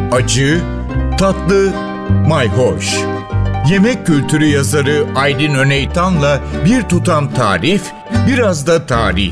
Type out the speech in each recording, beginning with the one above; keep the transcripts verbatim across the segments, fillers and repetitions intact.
acı, tatlı, mayhoş. Yemek kültürü yazarı Aydin Öneytan'la bir tutam tarif, biraz da tarih.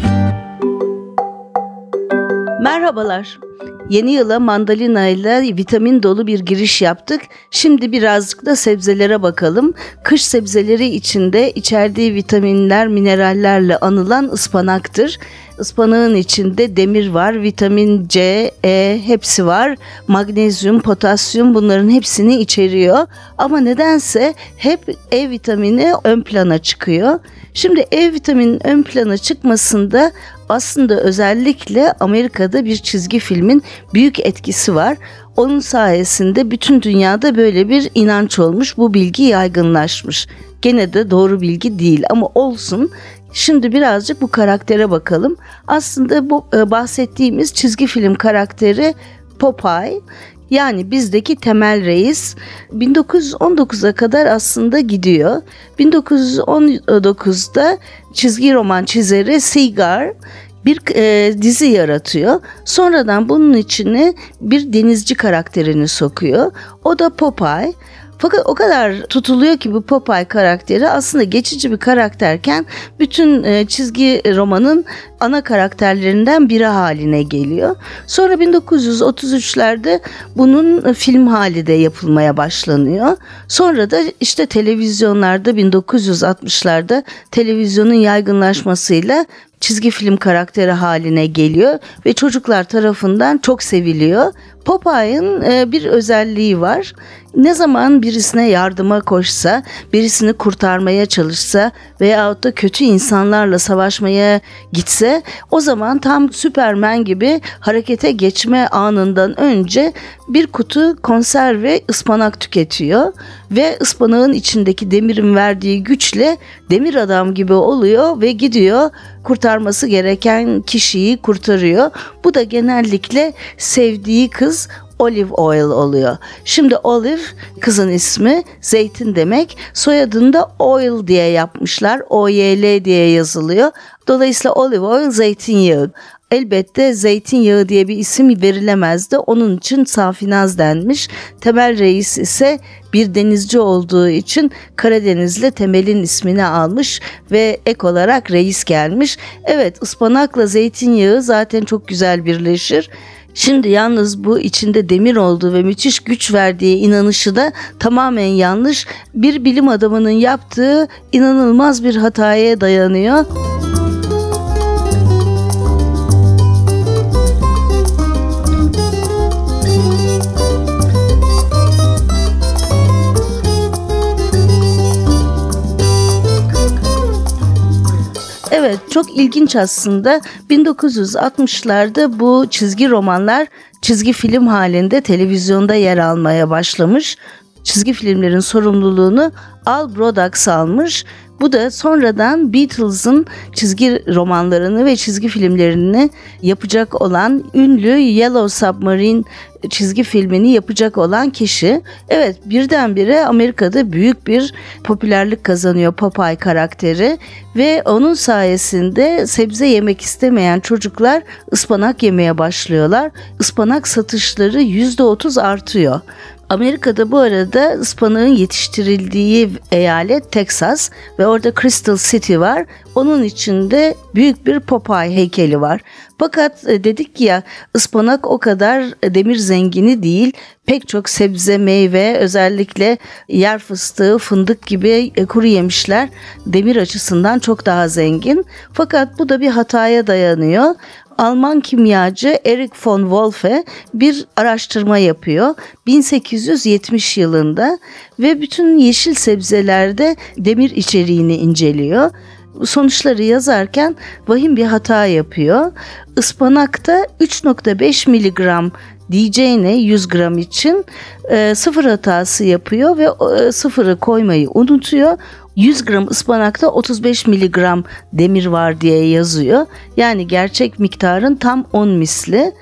Merhabalar. Yeni yıla mandalina ile vitamin dolu bir giriş yaptık. Şimdi birazcık da sebzelere bakalım. Kış sebzeleri içinde içerdiği vitaminler, minerallerle anılan ıspanaktır. Ispanağın içinde demir var, vitamin C, E hepsi var. Magnezyum, potasyum bunların hepsini içeriyor. Ama nedense hep E vitamini ön plana çıkıyor. Şimdi E vitaminin ön plana çıkmasında aslında özellikle Amerika'da bir çizgi filmin büyük etkisi var. Onun sayesinde bütün dünyada böyle bir inanç olmuş, bu bilgi yaygınlaşmış. Gene de doğru bilgi değil ama olsun. Şimdi birazcık bu karaktere bakalım. Aslında bu bahsettiğimiz çizgi film karakteri Popeye. Yani bizdeki Temel Reis bin dokuz yüz on dokuza kadar aslında gidiyor. bin dokuz yüz on dokuzda çizgi roman çizeri Seagar bir e, dizi yaratıyor. Sonradan bunun içine bir denizci karakterini sokuyor. O da Popeye. Fakat o kadar tutuluyor ki bu Popeye karakteri aslında geçici bir karakterken bütün e, çizgi romanın ana karakterlerinden biri haline geliyor. Sonra bin dokuz yüz otuz üçlerde bunun film hali de yapılmaya başlanıyor. Sonra da işte televizyonlarda bin dokuz yüz altmışlarda televizyonun yaygınlaşmasıyla çizgi film karakteri haline geliyor ve çocuklar tarafından çok seviliyor. Popeye'ın e, bir özelliği var. Ne zaman birisine yardıma koşsa, birisini kurtarmaya çalışsa veyahut da kötü insanlarla savaşmaya gitse, o zaman tam Süpermen gibi harekete geçme anından önce bir kutu konserve ıspanak tüketiyor ve ıspanağın içindeki demirin verdiği güçle demir adam gibi oluyor ve gidiyor kurtarması gereken kişiyi kurtarıyor. Bu da genellikle sevdiği kız Olive Oil oluyor. Şimdi Olive kızın ismi, zeytin demek. Soyadını da Oil diye yapmışlar. O Y L diye yazılıyor. Dolayısıyla Olive Oil zeytinyağı. Elbette zeytinyağı diye bir isim verilemezdi. Onun için Safinaz denmiş. Temel Reis ise bir denizci olduğu için Karadenizli Temel'in ismini almış ve ek olarak reis gelmiş. Evet, ıspanakla zeytinyağı zaten çok güzel birleşir. Şimdi yalnız bu içinde demir olduğu ve müthiş güç verdiği inanışı da tamamen yanlış. Bir bilim adamının yaptığı inanılmaz bir hataya dayanıyor. Evet, çok ilginç aslında. bin dokuz yüz altmışlarda bu çizgi romanlar çizgi film halinde televizyonda yer almaya başlamış. Çizgi filmlerin sorumluluğunu Al Brodax almış. Bu da sonradan Beatles'ın çizgi romanlarını ve çizgi filmlerini yapacak olan ünlü Yellow Submarine çizgi filmini yapacak olan kişi. Evet, birdenbire Amerika'da büyük bir popülerlik kazanıyor Popeye karakteri ve onun sayesinde sebze yemek istemeyen çocuklar ıspanak yemeye başlıyorlar. Ispanak satışları yüzde otuz artıyor. Amerika'da bu arada ıspanağın yetiştirildiği eyalet Texas ve orada Crystal City var. Onun içinde büyük bir Popeye heykeli var. Fakat dedik ya, ıspanak o kadar demir zengini değil. Pek çok sebze, meyve, özellikle yer fıstığı, fındık gibi kuru yemişler demir açısından çok daha zengin. Fakat bu da bir hataya dayanıyor. Alman kimyacı Erich von Wolfe bir araştırma yapıyor bin sekiz yüz yetmiş yılında ve bütün yeşil sebzelerde demir içeriğini inceliyor. Sonuçları yazarken vahim bir hata yapıyor. Ispanakta üç nokta beş miligram diyeceğine yüz gram için e, sıfır hatası yapıyor ve e, sıfırı koymayı unutuyor. yüz gram ıspanakta otuz beş miligram demir var diye yazıyor. Yani gerçek miktarın tam on misli.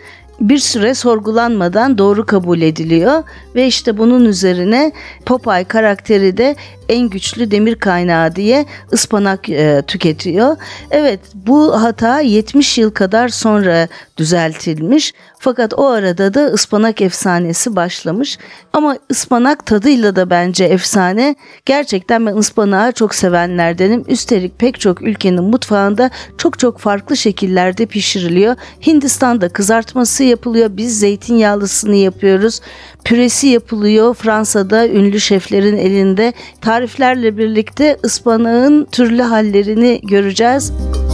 bir süre sorgulanmadan doğru kabul ediliyor ve işte bunun üzerine Popeye karakteri de en güçlü demir kaynağı diye ıspanak e, tüketiyor. Evet, bu hata yetmiş yıl kadar sonra düzeltilmiş. Fakat o arada da ıspanak efsanesi başlamış. Ama ıspanak tadıyla da bence efsane. Gerçekten ben ıspanağı çok sevenlerdenim. Üstelik pek çok ülkenin mutfağında çok çok farklı şekillerde pişiriliyor. Hindistan'da kızartması yapılıyor. Biz zeytinyağlısını yapıyoruz. Püresi yapılıyor. Fransa'da ünlü şeflerin elinde. Tariflerle birlikte ıspanağın türlü hallerini göreceğiz.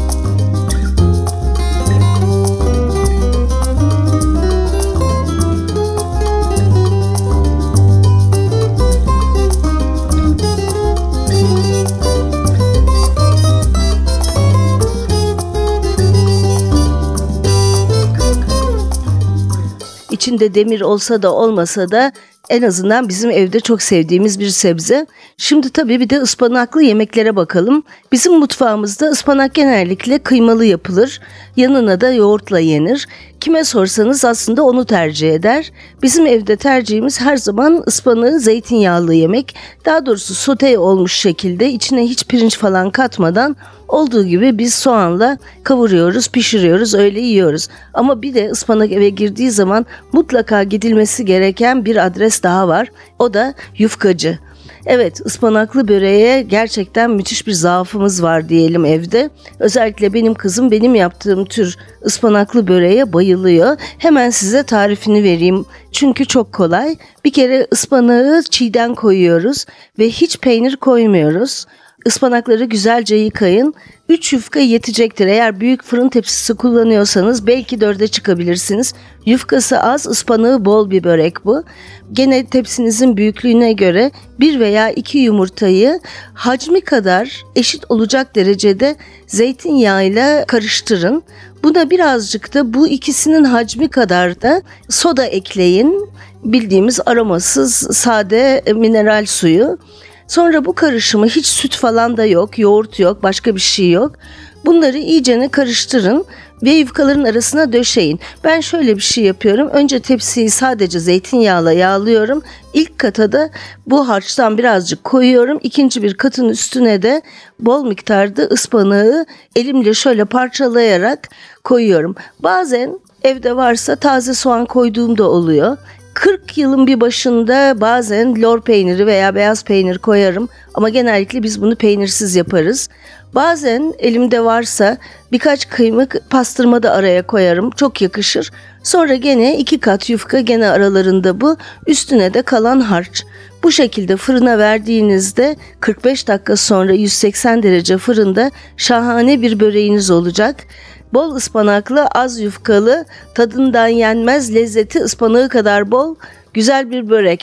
İçinde demir olsa da olmasa da en azından bizim evde çok sevdiğimiz bir sebze. Şimdi tabii bir de ıspanaklı yemeklere bakalım. Bizim mutfağımızda ıspanak genellikle kıymalı yapılır. Yanına da yoğurtla yenir. Kime sorsanız aslında onu tercih eder. Bizim evde tercihimiz her zaman ıspanağı zeytinyağlı yemek. Daha doğrusu sote olmuş şekilde içine hiç pirinç falan katmadan olduğu gibi biz soğanla kavuruyoruz, pişiriyoruz, öyle yiyoruz. Ama bir de ıspanak eve girdiği zaman mutlaka gidilmesi gereken bir adres daha var. O da yufkacı. Evet, ıspanaklı böreğe gerçekten müthiş bir zaafımız var diyelim evde. Özellikle benim kızım benim yaptığım tür ıspanaklı böreğe bayılıyor. Hemen size tarifini vereyim. Çünkü çok kolay. Bir kere ıspanağı çiğden koyuyoruz ve hiç peynir koymuyoruz. Ispanakları güzelce yıkayın. üç yufka yetecektir. Eğer büyük fırın tepsisi kullanıyorsanız belki dörde çıkabilirsiniz. Yufkası az, ıspanağı bol bir börek bu. Gene tepsinizin büyüklüğüne göre bir veya iki yumurtayı hacmi kadar eşit olacak derecede zeytinyağıyla karıştırın. Buna birazcık da bu ikisinin hacmi kadar da soda ekleyin. Bildiğimiz aromasız sade mineral suyu. Sonra bu karışımı hiç süt falan da yok, yoğurt yok, başka bir şey yok. Bunları iyicene karıştırın ve yufkaların arasına döşeyin. Ben şöyle bir şey yapıyorum. Önce tepsiyi sadece zeytinyağla yağlıyorum. İlk kata da bu harçtan birazcık koyuyorum. İkinci bir katın üstüne de bol miktarda ıspanağı elimle şöyle parçalayarak koyuyorum. Bazen evde varsa taze soğan koyduğum da oluyor. kırk yılın bir başında bazen lor peyniri veya beyaz peynir koyarım ama genellikle biz bunu peynirsiz yaparız. Bazen elimde varsa birkaç kıymık pastırma da araya koyarım, çok yakışır. Sonra gene iki kat yufka, gene aralarında bu, üstüne de kalan harç. Bu şekilde fırına verdiğinizde kırk beş dakika sonra yüz seksen derece fırında şahane bir böreğiniz olacak. Bol ıspanaklı, az yufkalı, tadından yenmez, lezzeti ıspanağı kadar bol, güzel bir börek.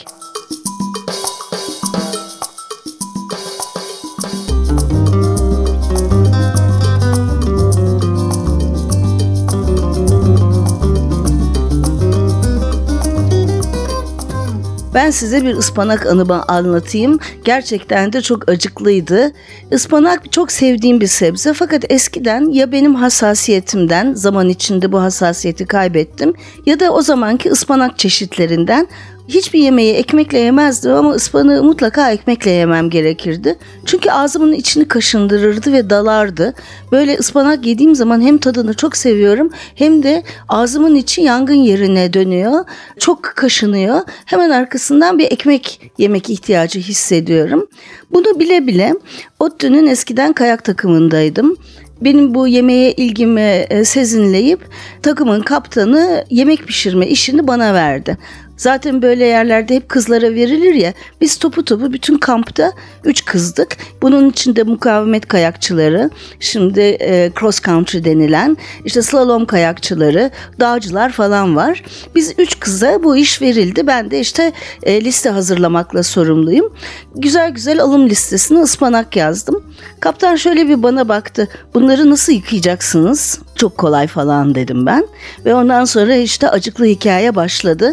Ben size bir ıspanak anımı anlatayım. Gerçekten de çok acıklıydı. Ispanak çok sevdiğim bir sebze fakat eskiden ya benim hassasiyetimden, zaman içinde bu hassasiyeti kaybettim, ya da o zamanki ıspanak çeşitlerinden hiçbir yemeği ekmekle yemezdim ama ıspanağı mutlaka ekmekle yemem gerekirdi. Çünkü ağzımın içini kaşındırırdı ve dalardı. Böyle ıspanak yediğim zaman hem tadını çok seviyorum hem de ağzımın içi yangın yerine dönüyor. Çok kaşınıyor. Hemen arkasından bir ekmek yemek ihtiyacı hissediyorum. Bunu bile bile ODTÜ'nün eskiden kayak takımındaydım. Benim bu yemeğe ilgimi sezinleyip takımın kaptanı yemek pişirme işini bana verdi. Zaten böyle yerlerde hep kızlara verilir ya, biz topu topu bütün kampta üç kızdık. Bunun içinde mukavemet kayakçıları, şimdi e, cross country denilen, işte slalom kayakçıları, dağcılar falan var. Biz üç kıza bu iş verildi. Ben de işte e, liste hazırlamakla sorumluyum. Güzel güzel alım listesine ıspanak yazdım. Kaptan şöyle bir bana baktı. Bunları nasıl yıkayacaksınız? Çok kolay falan dedim ben. Ve ondan sonra işte acıklı hikaye başladı.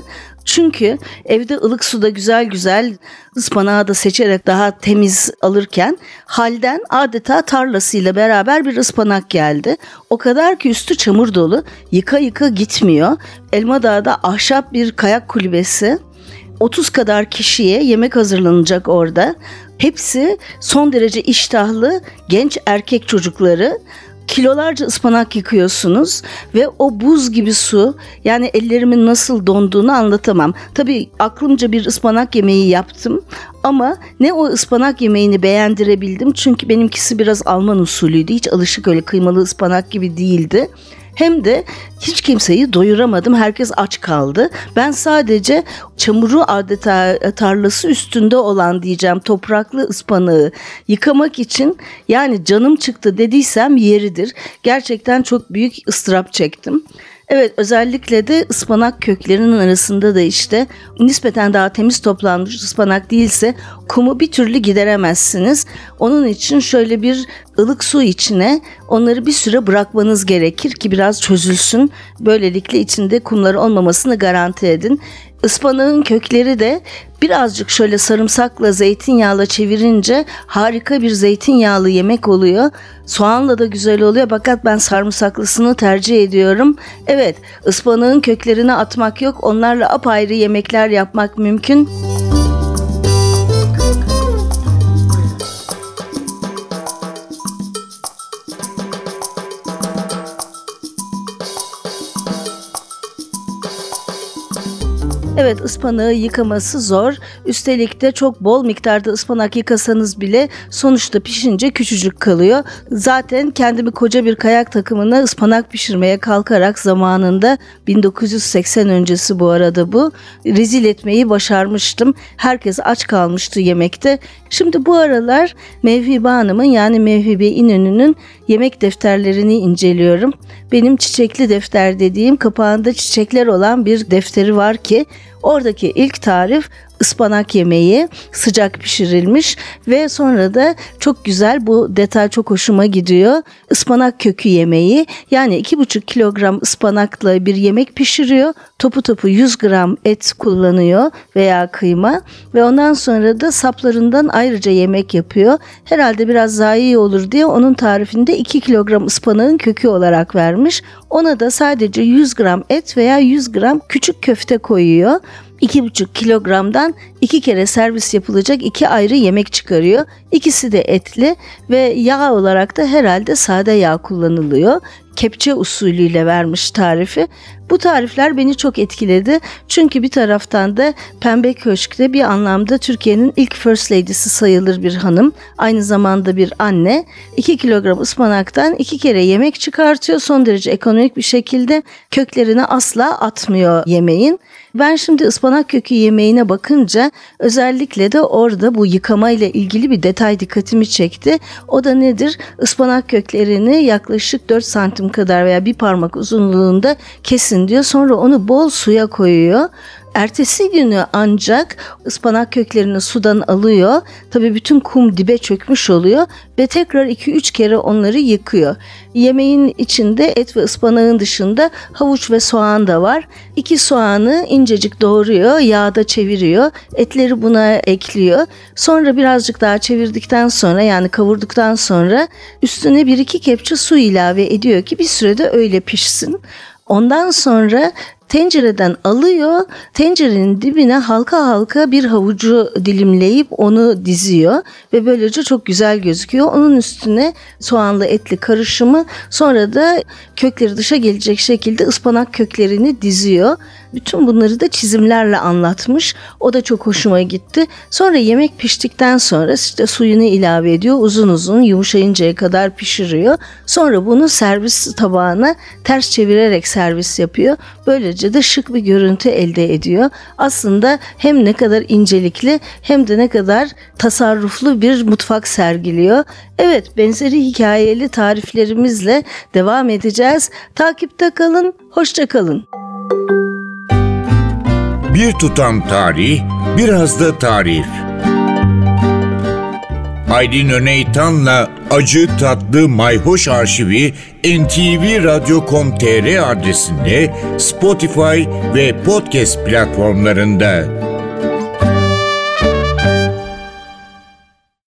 Çünkü evde ılık suda güzel güzel ıspanağı da seçerek daha temiz alırken halden adeta tarlasıyla beraber bir ıspanak geldi. O kadar ki üstü çamur dolu, yıka yıka gitmiyor. Elmadağ'da ahşap bir kayak kulübesi, otuz kadar kişiye yemek hazırlanacak orada. Hepsi son derece iştahlı genç erkek çocukları. Kilolarca ıspanak yıkıyorsunuz ve o buz gibi su, yani ellerimin nasıl donduğunu anlatamam. Tabii aklımca bir ıspanak yemeği yaptım ama ne o ıspanak yemeğini beğendirebildim çünkü benimkisi biraz Alman usulüydü. Hiç alışık öyle kıymalı ıspanak gibi değildi. Hem de hiç kimseyi doyuramadım. Herkes aç kaldı. Ben sadece çamuru adeta tarlası üstünde olan diyeceğim topraklı ıspanağı yıkamak için, yani canım çıktı dediysem yeridir. Gerçekten çok büyük ıstırap çektim. Evet, özellikle de ıspanak köklerinin arasında da işte nispeten daha temiz toplanmış ıspanak değilse kumu bir türlü gideremezsiniz. Onun için şöyle bir ılık su içine onları bir süre bırakmanız gerekir ki biraz çözülsün. Böylelikle içinde kumları olmamasını garanti edin. Ispanağın kökleri de birazcık şöyle sarımsakla zeytinyağla çevirince harika bir zeytinyağlı yemek oluyor. Soğanla da güzel oluyor fakat ben sarımsaklısını tercih ediyorum. Evet, ıspanağın köklerini atmak yok, onlarla apayrı yemekler yapmak mümkün. Evet, ıspanağı yıkaması zor. Üstelik de çok bol miktarda ıspanak yıkasanız bile sonuçta pişince küçücük kalıyor. Zaten kendimi koca bir kayak takımına ıspanak pişirmeye kalkarak zamanında bin dokuz yüz seksen öncesi bu arada bu rezil etmeyi başarmıştım. Herkes aç kalmıştı yemekte. Şimdi bu aralar Mevhibe Hanım'ın, yani Mevhibe İnönü'nün yemek defterlerini inceliyorum. Benim çiçekli defter dediğim kapağında çiçekler olan bir defteri var ki oradaki ilk tarif ıspanak yemeği, sıcak pişirilmiş ve sonra da çok güzel, bu detay çok hoşuma gidiyor. Ispanak kökü yemeği, yani iki buçuk kilogram ıspanakla bir yemek pişiriyor. Topu topu yüz gram et kullanıyor veya kıyma ve ondan sonra da saplarından ayrıca yemek yapıyor. Herhalde biraz daha iyi olur diye onun tarifinde iki kilogram ıspanağın kökü olarak vermiş. Ona da sadece yüz gram et veya yüz gram küçük köfte koyuyor. iki buçuk kilogramdan iki kere servis yapılacak iki ayrı yemek çıkarıyor. İkisi de etli ve yağ olarak da herhalde sade yağ kullanılıyor. Kepçe usulüyle vermiş tarifi. Bu tarifler beni çok etkiledi. Çünkü bir taraftan da Pembe Köşk'te bir anlamda Türkiye'nin ilk First Lady'si sayılır bir hanım. Aynı zamanda bir anne. iki kilogram ıspanaktan iki kere yemek çıkartıyor. Son derece ekonomik bir şekilde, köklerini asla atmıyor yemeğin. Ben şimdi ıspanak kökü yemeğine bakınca özellikle de orada bu yıkama ile ilgili bir detay dikkatimi çekti. O da nedir? Ispanak köklerini yaklaşık dört santim kadar veya bir parmak uzunluğunda kesin diyor. Sonra onu bol suya koyuyor. Ertesi günü ancak ıspanak köklerini sudan alıyor. Tabii bütün kum dibe çökmüş oluyor ve tekrar iki üç kere onları yıkıyor. Yemeğin içinde et ve ıspanağın dışında havuç ve soğan da var. İki soğanı incecik doğruyor, yağda çeviriyor. Etleri buna ekliyor. Sonra birazcık daha çevirdikten sonra, yani kavurduktan sonra üstüne bir iki kepçe su ilave ediyor ki bir sürede öyle pişsin. Ondan sonra tencereden alıyor, tencerenin dibine halka halka bir havucu dilimleyip onu diziyor ve böylece çok güzel gözüküyor. Onun üstüne soğanlı etli karışımı, sonra da kökleri dışa gelecek şekilde ıspanak köklerini diziyor. Bütün bunları da çizimlerle anlatmış. O da çok hoşuma gitti. Sonra yemek piştikten sonra işte suyunu ilave ediyor. Uzun uzun yumuşayıncaya kadar pişiriyor. Sonra bunu servis tabağına ters çevirerek servis yapıyor. Böylece de şık bir görüntü elde ediyor. Aslında hem ne kadar incelikli hem de ne kadar tasarruflu bir mutfak sergiliyor. Evet, benzeri hikayeli tariflerimizle devam edeceğiz. Takipte kalın, hoşça kalın. Bir tutam tarih, biraz da tarif. Aydın Öneytan'la Acı Tatlı Mayhoş arşivi en te ve radyo nokta com nokta tr adresinde, Spotify ve podcast platformlarında.